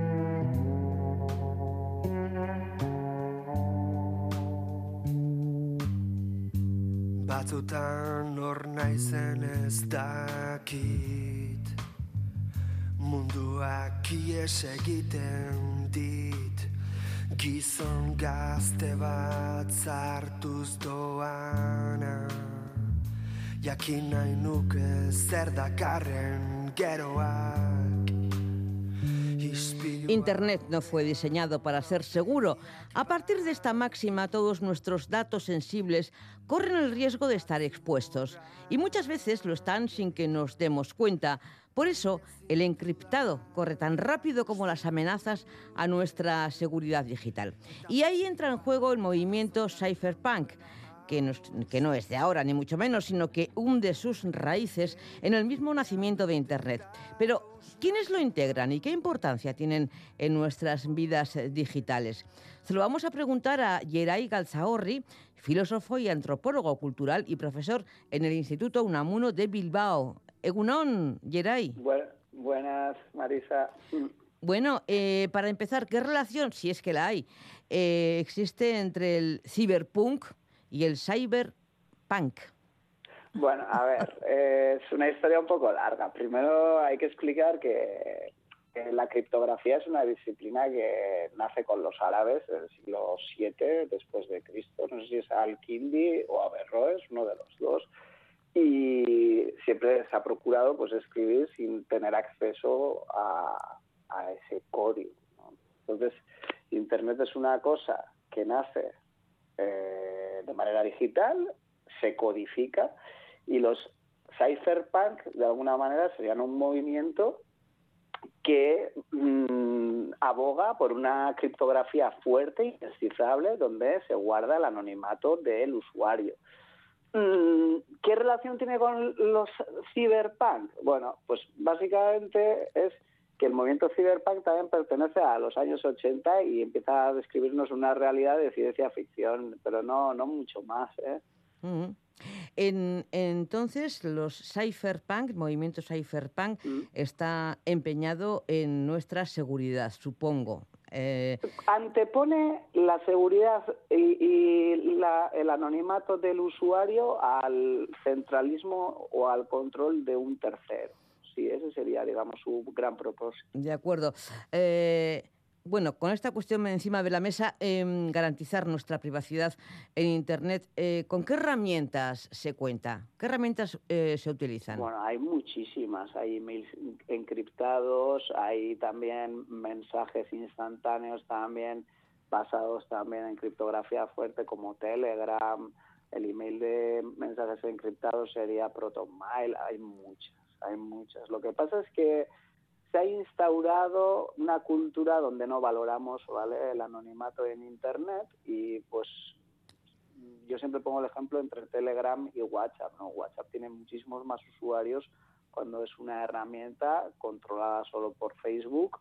Batzutan hor naizen ez dakit, munduak ies egiten dit, gizon gazte bat zartuz doana, jakin nahi nuke zer dakarren geroak. Internet no fue diseñado para ser seguro. A partir de esta máxima, todos nuestros datos sensibles corren el riesgo de estar expuestos. Y muchas veces lo están sin que nos demos cuenta. Por eso, el encriptado corre tan rápido como las amenazas a nuestra seguridad digital. Y ahí entra en juego el movimiento cypherpunk, que no, que no es de ahora, ni mucho menos, sino que hunde sus raíces en el mismo nacimiento de Internet. Pero, ¿quiénes lo integran y qué importancia tienen en nuestras vidas digitales? Se lo vamos a preguntar a Yeray Galtzaorri, filósofo y antropólogo cultural y profesor en el Instituto Unamuno de Bilbao. Egunon, Yeray. Bu- buenas, Marisa. Bueno, eh, para empezar, ¿qué relación, si es que la hay, eh, existe entre el ciberpunk y el cyberpunk? Bueno, a ver, eh, es una historia un poco larga. Primero hay que explicar que, que la criptografía es una disciplina que nace con los árabes del siglo siete después de Cristo. No sé si es Al-Kindi o Averroes, uno de los dos. Y siempre se ha procurado pues escribir sin tener acceso a, a ese código, ¿no? Entonces, Internet es una cosa que nace eh, de manera digital, se codifica, y los cypherpunk, de alguna manera, serían un movimiento que mmm, aboga por una criptografía fuerte y indescifrable donde se guarda el anonimato del usuario. ¿Qué relación tiene con los cyberpunk? Bueno, pues básicamente es que el movimiento cyberpunk también pertenece a los años ochenta y empieza a describirnos una realidad de ciencia ficción, pero no, no mucho más, ¿eh? Uh-huh. En, entonces, los cypherpunk, el movimiento cypherpunk, uh-huh. está empeñado en nuestra seguridad, supongo. Eh... Antepone la seguridad y, y la, el anonimato del usuario al centralismo o al control de un tercero. Sí, ese sería, digamos, su gran propósito. De acuerdo. Eh... Bueno, con esta cuestión encima de la mesa, eh, garantizar nuestra privacidad en Internet, eh, ¿con qué herramientas se cuenta? ¿Qué herramientas eh, se utilizan? Bueno, hay muchísimas. Hay emails encriptados, hay también mensajes instantáneos también basados también en criptografía fuerte como Telegram. El email de mensajes encriptados sería ProtonMail. Hay muchas, hay muchas. Lo que pasa es que se ha instaurado una cultura donde no valoramos, ¿vale?, el anonimato en Internet, y pues yo siempre pongo el ejemplo entre Telegram y WhatsApp, ¿no? WhatsApp tiene muchísimos más usuarios cuando es una herramienta controlada solo por Facebook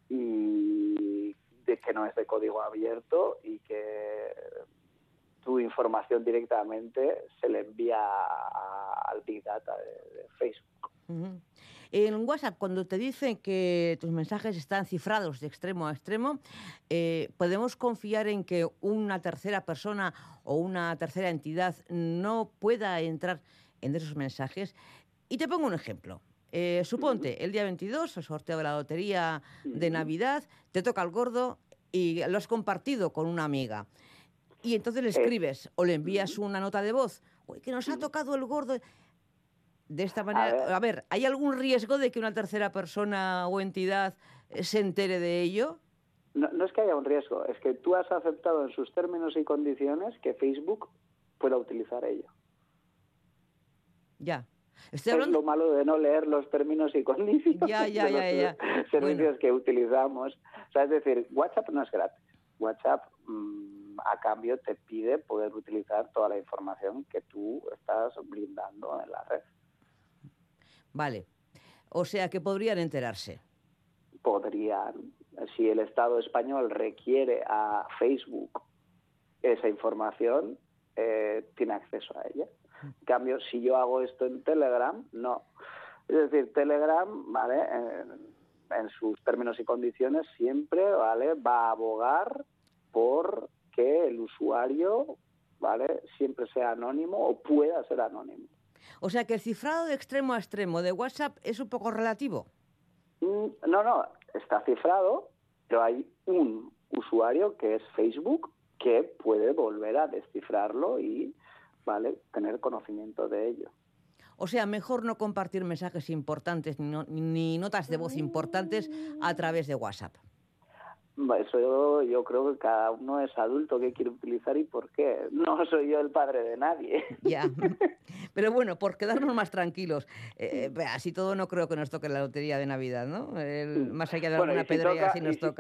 y de que no es de código abierto y que tu información directamente se le envía a, al Big Data de, de Facebook. Uh-huh. En WhatsApp, cuando te dicen que tus mensajes están cifrados de extremo a extremo, eh, ¿podemos confiar en que una tercera persona o una tercera entidad no pueda entrar en esos mensajes? Y te pongo un ejemplo. Eh, suponte, el día veintidós, el sorteo de la lotería de Navidad, te toca el gordo y lo has compartido con una amiga. Y entonces le escribes o le envías una nota de voz. Uy, que nos ha tocado el gordo. De esta manera, a ver. a ver, ¿hay algún riesgo de que una tercera persona o entidad se entere de ello? No, no es que haya un riesgo, es que tú has aceptado en sus términos y condiciones que Facebook pueda utilizar ello. Ya. Estoy es hablando... lo malo de no leer los términos y condiciones ya, ya, de ya, los ya. servicios bueno. que utilizamos. O sea, es decir, WhatsApp no es gratis. WhatsApp, mmm, a cambio, te pide poder utilizar toda la información que tú estás brindando en la red. Vale. O sea, que podrían enterarse. Podrían. Si el Estado español requiere a Facebook esa información, eh, tiene acceso a ella. En cambio, si yo hago esto en Telegram, no. Es decir, Telegram, ¿vale?, en, en sus términos y condiciones siempre, ¿vale?, va a abogar por que el usuario, ¿vale?, siempre sea anónimo o pueda ser anónimo. O sea, que el cifrado de extremo a extremo de WhatsApp es un poco relativo. No, no, está cifrado, pero hay un usuario que es Facebook que puede volver a descifrarlo y, ¿vale?, tener conocimiento de ello. O sea, mejor no compartir mensajes importantes ni, no, ni notas de voz importantes a través de WhatsApp. Eso yo, yo creo que cada uno es adulto que quiere utilizar y por qué. No soy yo el padre de nadie. Ya, pero bueno, por quedarnos más tranquilos. Eh, así todo no creo que nos toque la lotería de Navidad, ¿no? El, más allá de bueno, alguna si pedrea toca, si nos y toca. Si,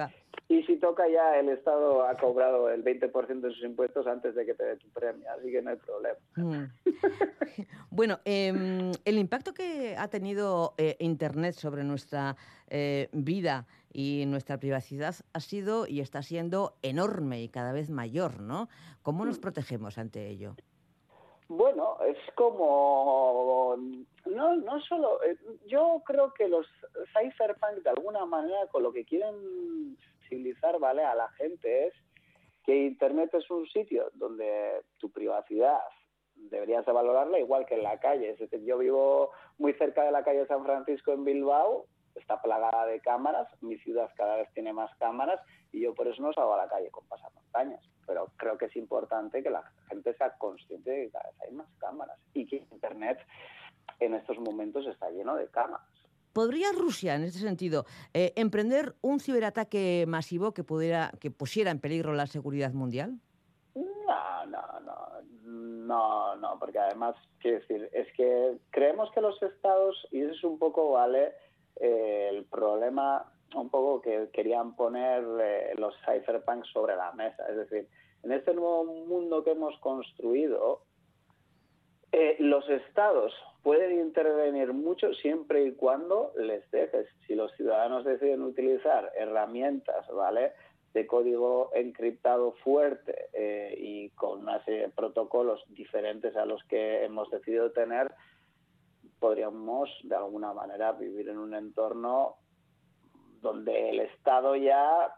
Y si toca ya, el Estado ha cobrado el veinte por ciento de sus impuestos antes de que te dé tu premio, así que no hay problema. Mm. Bueno, eh, el impacto que ha tenido eh, Internet sobre nuestra eh, vida y nuestra privacidad ha sido y está siendo enorme y cada vez mayor, ¿no? ¿Cómo nos protegemos ante ello? Bueno, es como... No, no solo... Yo creo que los cypherpunk, de alguna manera, con lo que quieren sensibilizar, ¿vale?, a la gente es que Internet es un sitio donde tu privacidad deberías de valorarla igual que en la calle. Es decir, yo vivo muy cerca de la calle San Francisco en Bilbao, está plagada de cámaras, mi ciudad cada vez tiene más cámaras y yo por eso no salgo a la calle con pasamontañas. Pero creo que es importante que la gente sea consciente de que cada vez hay más cámaras y que Internet en estos momentos está lleno de cámaras. ¿Podría Rusia, en este sentido, eh, emprender un ciberataque masivo que pudiera, que pusiera en peligro la seguridad mundial? No, no, no, no, no, porque además, quiero decir, es que creemos que los estados, y eso es un poco, ¿vale?, eh, el problema un poco que querían poner eh, los cypherpunks sobre la mesa. Es decir, en este nuevo mundo que hemos construido, eh, los estados pueden intervenir mucho siempre y cuando les dejes. Si los ciudadanos deciden utilizar herramientas, ¿vale?, de código encriptado fuerte eh, y con una serie de protocolos diferentes a los que hemos decidido tener, podríamos de alguna manera vivir en un entorno donde el Estado ya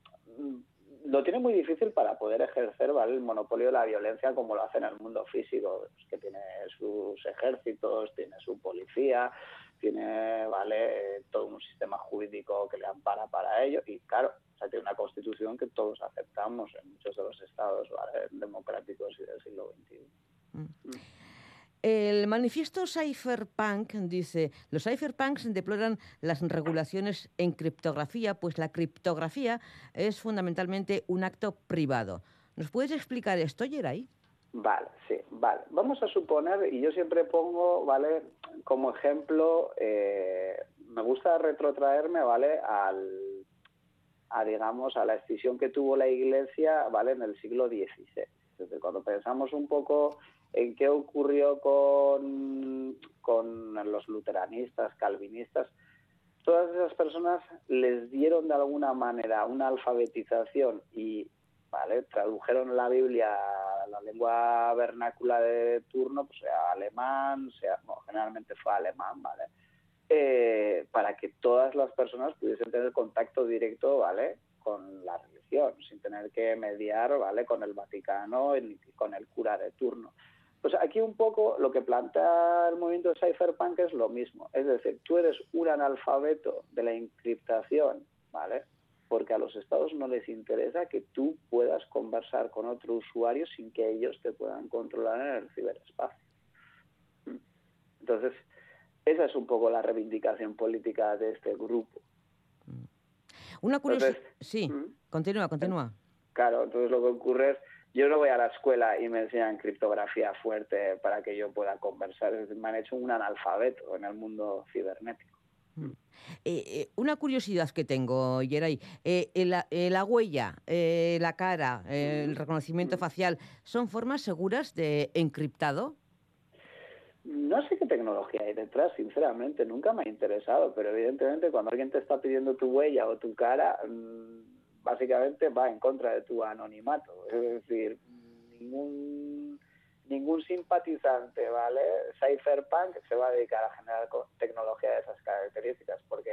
lo tiene muy difícil para poder ejercer, ¿vale?, el monopolio de la violencia como lo hace en el mundo físico, pues que tiene sus ejércitos, tiene su policía, tiene, ¿vale?, todo un sistema jurídico que le ampara para ello y, claro, o sea, tiene una constitución que todos aceptamos en muchos de los estados, ¿vale?, democráticos y del siglo veintiuno. Mm. El manifiesto Cypherpunk dice: los cypherpunks deploran las regulaciones en criptografía, pues la criptografía es fundamentalmente un acto privado. ¿Nos puedes explicar esto, Yeray? Vale, sí, vale. Vamos a suponer, y yo siempre pongo, ¿vale?, como ejemplo, eh, me gusta retrotraerme, ¿vale?, al, a, digamos, a la escisión que tuvo la Iglesia, ¿vale?, en el siglo dieciséis. Entonces, cuando pensamos un poco en qué ocurrió con, con los luteranistas, calvinistas, todas esas personas les dieron de alguna manera una alfabetización y, ¿vale?, tradujeron la Biblia a la lengua vernácula de turno, pues sea alemán, sea, bueno, generalmente fue alemán, ¿vale?, eh, para que todas las personas pudiesen tener contacto directo, ¿vale?, con la religión, sin tener que mediar, ¿vale?, con el Vaticano y con el cura de turno. Pues aquí un poco lo que plantea el movimiento cypherpunk es lo mismo. Es decir, tú eres un analfabeto de la encriptación, ¿vale?, porque a los estados no les interesa que tú puedas conversar con otro usuario sin que ellos te puedan controlar en el ciberespacio. Entonces, esa es un poco la reivindicación política de este grupo. Una curiosidad... Sí, ¿Mm? continúa, continúa. Claro, entonces lo que ocurre es, yo no voy a la escuela y me enseñan criptografía fuerte para que yo pueda conversar. Es decir, me han hecho un analfabeto en el mundo cibernético. Mm. Eh, eh, una curiosidad que tengo, Yeray, eh, eh, la, eh, la huella, eh, la cara, eh, el reconocimiento mm. facial, ¿son formas seguras de encriptado? No sé qué tecnología hay detrás, sinceramente, nunca me ha interesado, pero evidentemente cuando alguien te está pidiendo tu huella o tu cara, básicamente va en contra de tu anonimato. Es decir, ningún ningún simpatizante, ¿vale?, cypherpunk se va a dedicar a generar tecnología de esas características, porque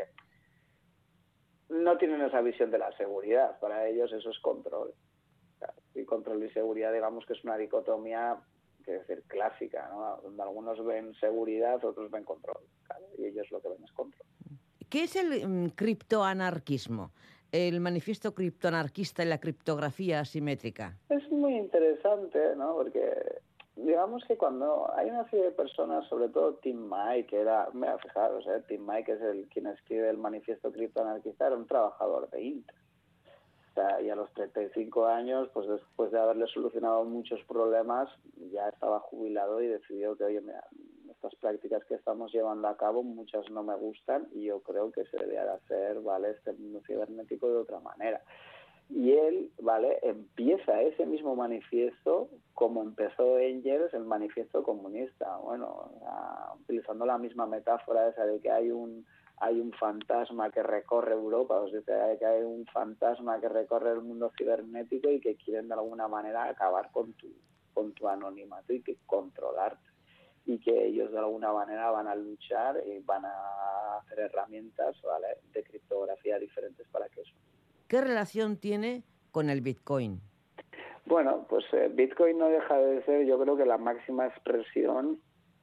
no tienen esa visión de la seguridad. Para ellos eso es control. Y control y seguridad, digamos que es una dicotomía, que decir, clásica, ¿no?, donde algunos ven seguridad, otros ven control, claro, y ellos lo que ven es control. ¿Qué es el um, criptoanarquismo? El manifiesto criptoanarquista y la criptografía asimétrica. Es muy interesante, ¿no?, porque digamos que cuando hay una serie de personas, sobre todo Tim May, que era, mira, fijaros, ¿eh? Tim May, que es el quien escribe el manifiesto criptoanarquista, era un trabajador de Intel. O sea, y a los treinta y cinco años, pues después de haberle solucionado muchos problemas, ya estaba jubilado y decidió que, oye, mira, me estas prácticas que estamos llevando a cabo, muchas no me gustan y yo creo que se debería de hacer, ¿vale?, este mundo cibernético de otra manera. Y él, ¿vale?, empieza ese mismo manifiesto como empezó Engels, el manifiesto comunista. Bueno, a, utilizando la misma metáfora esa de que hay un hay un fantasma que recorre Europa, o sea, que hay un fantasma que recorre el mundo cibernético y que quieren de alguna manera acabar con tu, con tu anonimato y que controlarte. Y que ellos de alguna manera van a luchar y van a hacer herramientas, ¿vale?, de criptografía diferentes para que eso. ¿Qué relación tiene con el Bitcoin? Bueno, pues eh, Bitcoin no deja de ser, yo creo que la máxima expresión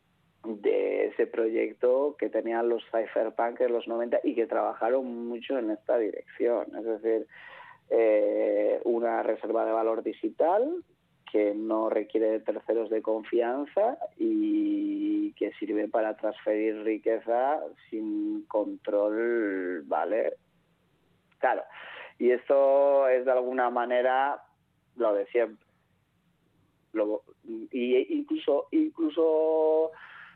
de ese proyecto que tenían los cypherpunk en los noventa y que trabajaron mucho en esta dirección. Es decir, eh, una reserva de valor digital que no requiere de terceros de confianza y que sirve para transferir riqueza sin control, ¿vale? Claro, y esto es de alguna manera lo de siempre. Lo, y incluso incluso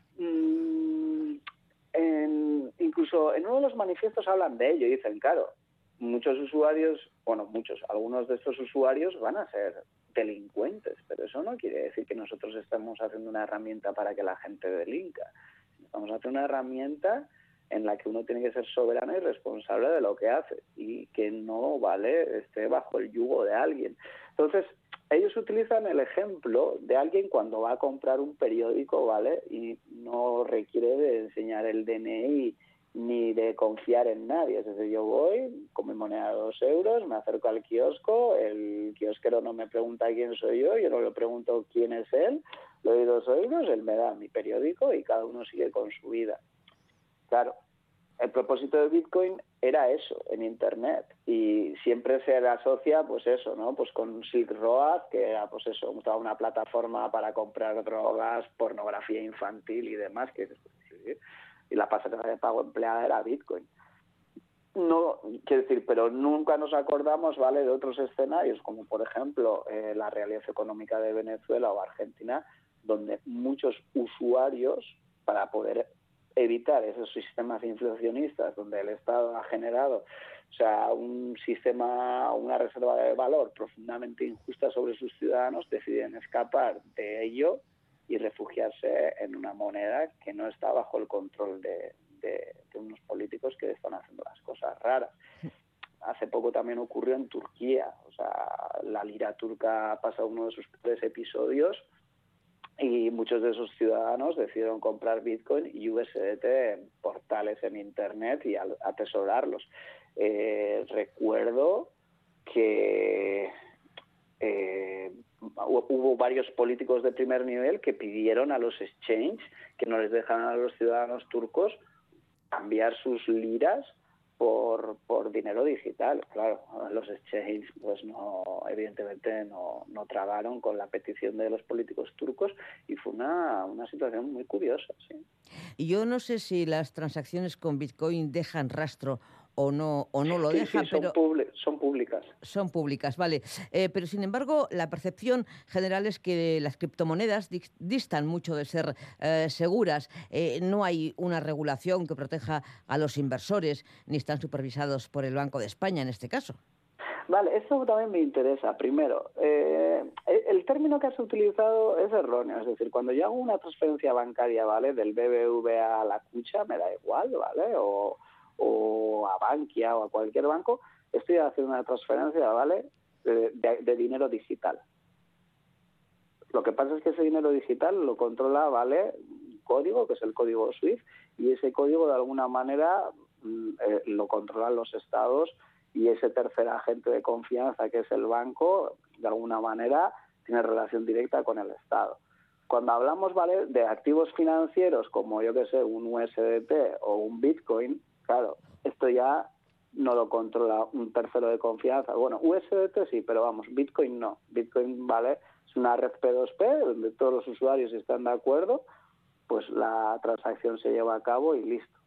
mmm, en, incluso en uno de los manifiestos hablan de ello y dicen, claro, muchos usuarios, bueno, muchos, algunos de estos usuarios van a ser delincuentes, pero eso no quiere decir que nosotros estemos haciendo una herramienta para que la gente delinca. Estamos haciendo una herramienta en la que uno tiene que ser soberano y responsable de lo que hace y que no, ¿vale?, esté bajo el yugo de alguien. Entonces, ellos utilizan el ejemplo de alguien cuando va a comprar un periódico, ¿vale?, y no requiere de enseñar el D N I ni de confiar en nadie. Es decir, yo voy con mi moneda de dos euros, me acerco al kiosco, el kiosquero no me pregunta quién soy yo, yo no le pregunto quién es él, le doy dos euros, él me da mi periódico y cada uno sigue con su vida. Claro, el propósito de Bitcoin era eso, en Internet, y siempre se le asocia, pues eso, ¿no?, pues con Silk Road, que era, pues eso, toda una plataforma para comprar drogas, pornografía infantil y demás, que sí, y la pasarela de pago empleada era Bitcoin. No, quiero decir, pero nunca nos acordamos, ¿vale?, de otros escenarios, como por ejemplo eh, la realidad económica de Venezuela o Argentina, donde muchos usuarios, para poder evitar esos sistemas inflacionistas donde el Estado ha generado, o sea, un sistema, una reserva de valor profundamente injusta sobre sus ciudadanos, deciden escapar de ello y refugiarse en una moneda que no está bajo el control de, de, de unos políticos que están haciendo las cosas raras. Hace poco también ocurrió en Turquía, o sea, la lira turca ha pasado uno de sus peores episodios y muchos de esos ciudadanos decidieron comprar Bitcoin y U S D T en portales en Internet y atesorarlos. Eh, recuerdo que eh, hubo varios políticos de primer nivel que pidieron a los exchanges que no les dejaran a los ciudadanos turcos cambiar sus liras por por dinero digital. Claro, los exchanges pues no, evidentemente no, no tragaron con la petición de los políticos turcos y fue una, una situación muy curiosa, sí. Y yo no sé si las transacciones con Bitcoin dejan rastro o no o no lo sí, dejan, sí, son pero publi- son públicas. Son públicas, vale. Eh, pero sin embargo, la percepción general es que las criptomonedas di- distan mucho de ser eh, seguras. Eh, no hay una regulación que proteja a los inversores, ni están supervisados por el Banco de España en este caso. Vale, esto también me interesa. Primero, eh, el término que has utilizado es erróneo. Es decir, cuando yo hago una transferencia bancaria, ¿vale?, del B B V A a la Cucha, me da igual, ¿vale?, o, o a Bankia o a cualquier banco, estoy haciendo una transferencia, ¿vale?, de, de, de dinero digital. Lo que pasa es que ese dinero digital lo controla, ¿vale?, un código, que es el código SWIFT, y ese código de alguna manera eh, lo controlan los estados y ese tercer agente de confianza, que es el banco, de alguna manera tiene relación directa con el Estado. Cuando hablamos, ¿vale?, de activos financieros como, yo que sé, un U S D T o un Bitcoin, claro, esto ya no lo controla un tercero de confianza. Bueno, U S D T sí, pero vamos, Bitcoin no. Bitcoin, ¿vale?, es una red P dos P donde todos los usuarios están de acuerdo, pues la transacción se lleva a cabo y listo.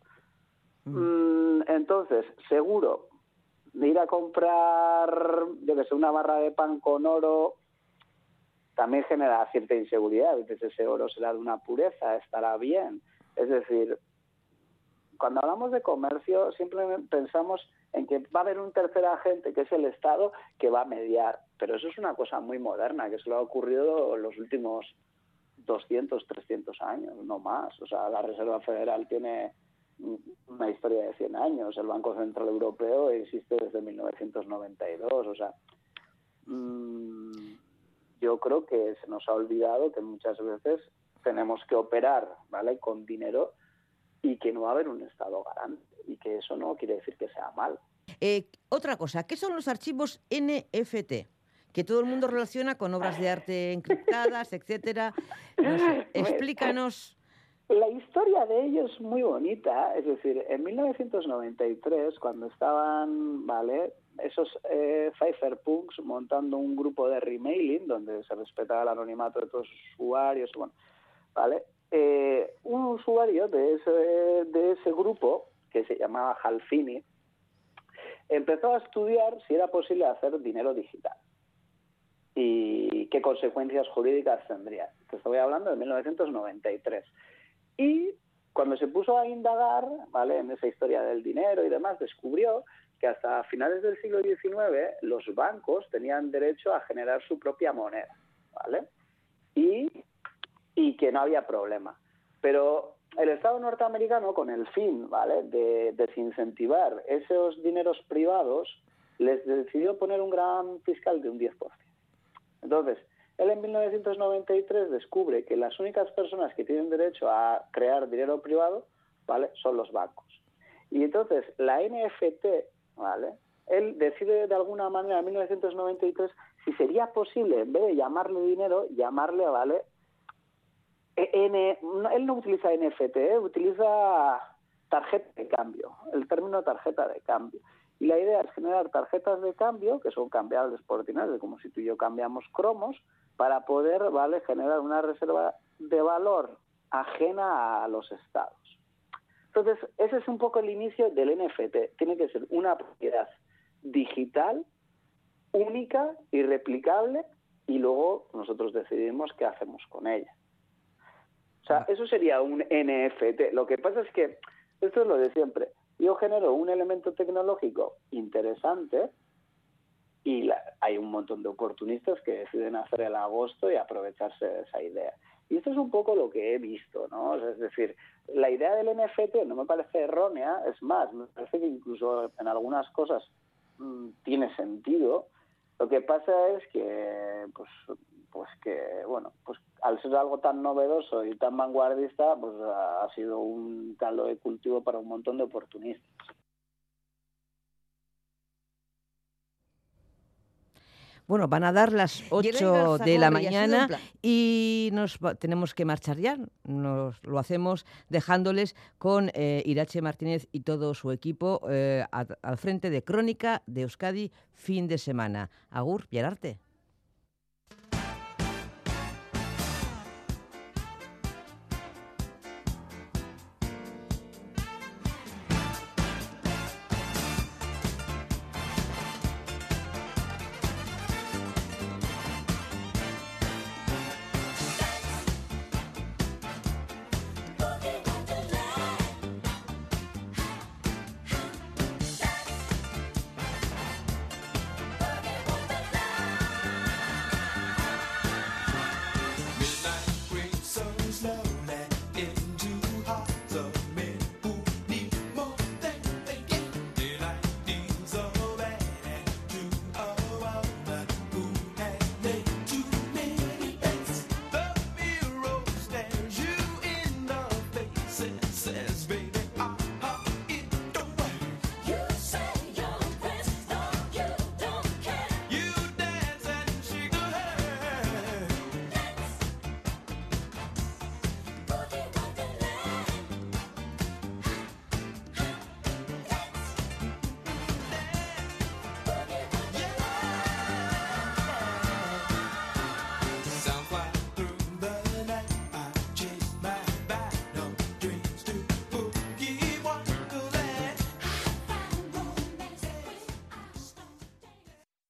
Mm. Entonces, seguro, de ir a comprar, yo que sé, una barra de pan con oro, también genera cierta inseguridad. A veces ese oro será de una pureza, estará bien. Es decir, cuando hablamos de comercio siempre pensamos en que va a haber un tercer agente, que es el Estado, que va a mediar. Pero eso es una cosa muy moderna, que solo ha ocurrido en los últimos doscientos, trescientos años, no más. O sea, la Reserva Federal tiene una historia de cien años, el Banco Central Europeo existe desde mil novecientos noventa y dos. O sea, mmm, yo creo que se nos ha olvidado que muchas veces tenemos que operar, ¿vale?, con dinero y que no va a haber un Estado garante y que eso no quiere decir que sea mal. Eh, otra cosa, ¿qué son los archivos N F T? Que todo el mundo relaciona con obras de arte encriptadas, etcétera. No sé, explícanos. La historia de ellos es muy bonita, es decir, en mil novecientos noventa y tres, cuando estaban, ¿vale?, esos eh, cypherpunks montando un grupo de remailing donde se respetaba el anonimato de todos los usuarios, bueno, ¿vale? Eh, un usuario de ese, de ese grupo, que se llamaba Halfini, empezó a estudiar si era posible hacer dinero digital y qué consecuencias jurídicas tendría. Te estoy hablando de mil novecientos noventa y tres. Y cuando se puso a indagar, ¿vale?, en esa historia del dinero y demás, descubrió que hasta finales del siglo diecinueve los bancos tenían derecho a generar su propia moneda, ¿vale? Y, y que no había problema. Pero el Estado norteamericano, con el fin, ¿vale?, de desincentivar esos dineros privados, les decidió poner un gran fiscal de un diez por ciento. Entonces, él en mil novecientos noventa y tres descubre que las únicas personas que tienen derecho a crear dinero privado, ¿vale?, son los bancos. Y entonces la N F T, ¿vale?, él decide de alguna manera en mil novecientos noventa y tres si sería posible, en vez de llamarle dinero, llamarle, ¿vale?, N, él no utiliza N F T, ¿eh? Utiliza tarjeta de cambio, el término tarjeta de cambio. Y la idea es generar tarjetas de cambio, que son cambiables por dinero, como si tú y yo cambiamos cromos, para poder, ¿vale?, generar una reserva de valor ajena a los estados. Entonces, ese es un poco el inicio del N F T. Tiene que ser una propiedad digital, única, irreplicable, y luego nosotros decidimos qué hacemos con ella. O sea, eso sería un N F T. Lo que pasa es que, esto es lo de siempre, yo genero un elemento tecnológico interesante y la, hay un montón de oportunistas que deciden hacer el agosto y aprovecharse de esa idea. Y esto es un poco lo que he visto, ¿no? O sea, es decir, la idea del N F T no me parece errónea, es más, me parece que incluso en algunas cosas mmm, tiene sentido. Lo que pasa es que, pues, pues que, bueno, pues al ser algo tan novedoso y tan vanguardista, pues ha sido un caldo de cultivo para un montón de oportunistas. Bueno, van a dar las ocho de la mañana y nos va, tenemos que marchar ya. Nos lo hacemos dejándoles con eh, Irache Martínez y todo su equipo eh, a, al frente de Crónica de Euskadi fin de semana. Agur, Pierarte.